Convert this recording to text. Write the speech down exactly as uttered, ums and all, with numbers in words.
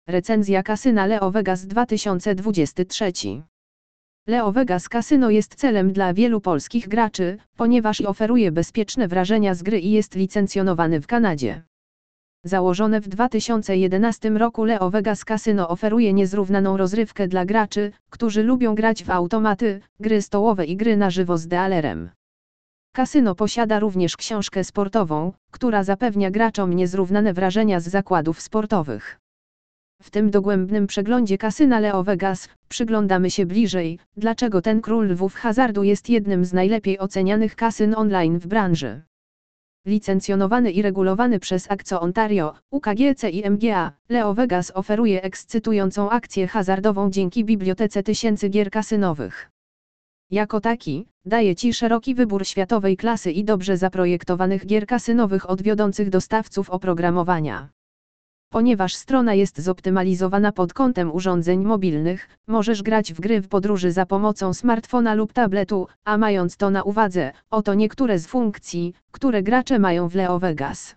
Recenzja kasyna Leo Vegas dwa tysiące dwudziesty trzeci. Leo Vegas Casino jest celem dla wielu polskich graczy, ponieważ oferuje bezpieczne wrażenia z gry i jest licencjonowany w Kanadzie. Założone w dwa tysiące jedenastym roku, Leo Vegas Casino oferuje niezrównaną rozrywkę dla graczy, którzy lubią grać w automaty, gry stołowe i gry na żywo z dealerem. Kasyno posiada również książkę sportową, która zapewnia graczom niezrównane wrażenia z zakładów sportowych. W tym dogłębnym przeglądzie kasyna Leo Vegas przyglądamy się bliżej, dlaczego ten król lwów hazardu jest jednym z najlepiej ocenianych kasyn online w branży. Licencjonowany i regulowany przez A C O Ontario, U K G C i M G A, Leo Vegas oferuje ekscytującą akcję hazardową dzięki bibliotece tysięcy gier kasynowych. Jako taki, daje Ci szeroki wybór światowej klasy i dobrze zaprojektowanych gier kasynowych od wiodących dostawców oprogramowania. Ponieważ strona jest zoptymalizowana pod kątem urządzeń mobilnych, możesz grać w gry w podróży za pomocą smartfona lub tabletu, a mając to na uwadze, oto niektóre z funkcji, które gracze mają w Leo Vegas.